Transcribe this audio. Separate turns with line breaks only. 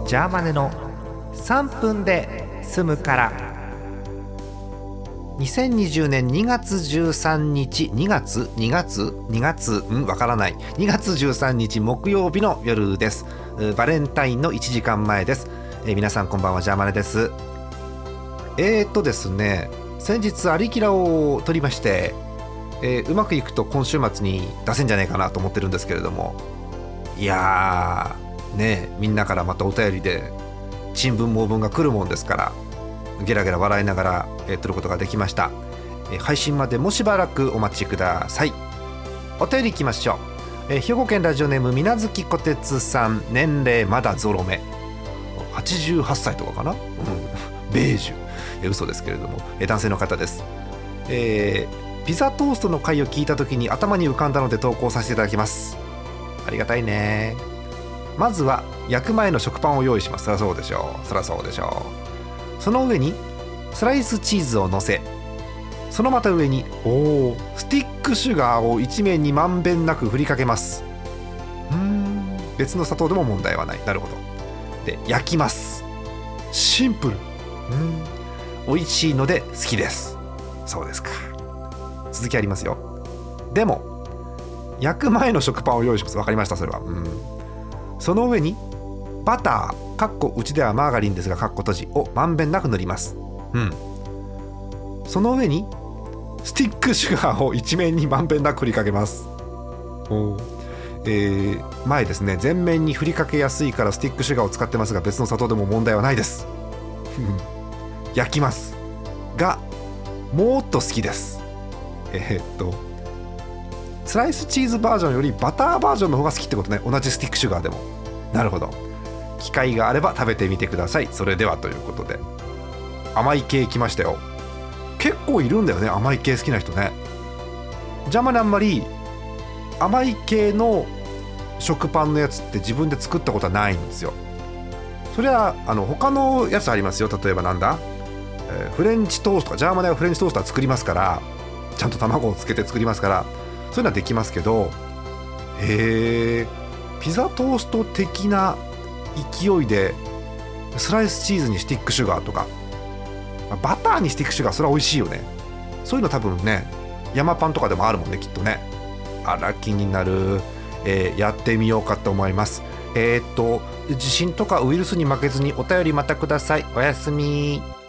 ジャーマネの3分で済むから。2020年2月13日2月わからない2月13日木曜日の夜です。バレンタインの1時間前です。皆さんこんばんは、ジャーマネです。ですね、先日アリキラを撮りまして、うまくいくと今週末に出せんじゃないかなと思ってるんですけれども、いやーね、みんなからまたお便りで珍聞盲文が来るもんですから、ゲラゲラ笑いながら、撮ることができました。配信までもしばらくお待ちください。お便りいきましょう。兵庫県ラジオネームみなずきこてつさん、年齢まだゾロ目、88歳とかかな、ベージュ、嘘ですけれども、男性の方です。ピザトーストの回を聞いた時に頭に浮かんだので投稿させていただきます。ありがたいね。まずは焼く前の食パンを用意します。そりゃそうでしょう、そりゃそうでしょう。その上にスライスチーズを乗せ、そのまた上にスティックシュガーを一面にまんべんなく振りかけます。別の砂糖でも問題はない。なるほど。で、焼きます。シンプル。美味しいので好きです。そうですか。続きありますよ。でも焼く前の食パンを用意します。わかりました、それは。その上にバター（かっこうちではマーガリンですがかっこ閉じ）をまんべんなく塗ります。その上にスティックシュガーを一面にまんべんなく振りかけます。前ですね、全面に振りかけやすいからスティックシュガーを使ってますが、別の砂糖でも問題はないです。焼きますが、もっと好きです。スライスチーズバージョンよりバターバージョンの方が好きってことね。同じスティックシュガーでも。なるほど。機会があれば食べてみてください。それではということで、甘い系来ましたよ。結構いるんだよね、甘い系好きな人ね。ジャマネあんまり甘い系の食パンのやつって自分で作ったことはないんですよ。それは他のやつありますよ。例えばなんだ、フレンチトーストか。ジャーマネはフレンチトーストは作りますから、ちゃんと卵をつけて作りますから、そういうのはできますけど、ピザトースト的な勢いでスライスチーズにスティックシュガーとか、バターにスティックシュガー、それは美味しいよね。そういうの多分ね、山パンとかでもあるもんね、きっとね。あら、気になる。やってみようかと思います。地震とかウイルスに負けずにお便りまたください。おやすみ。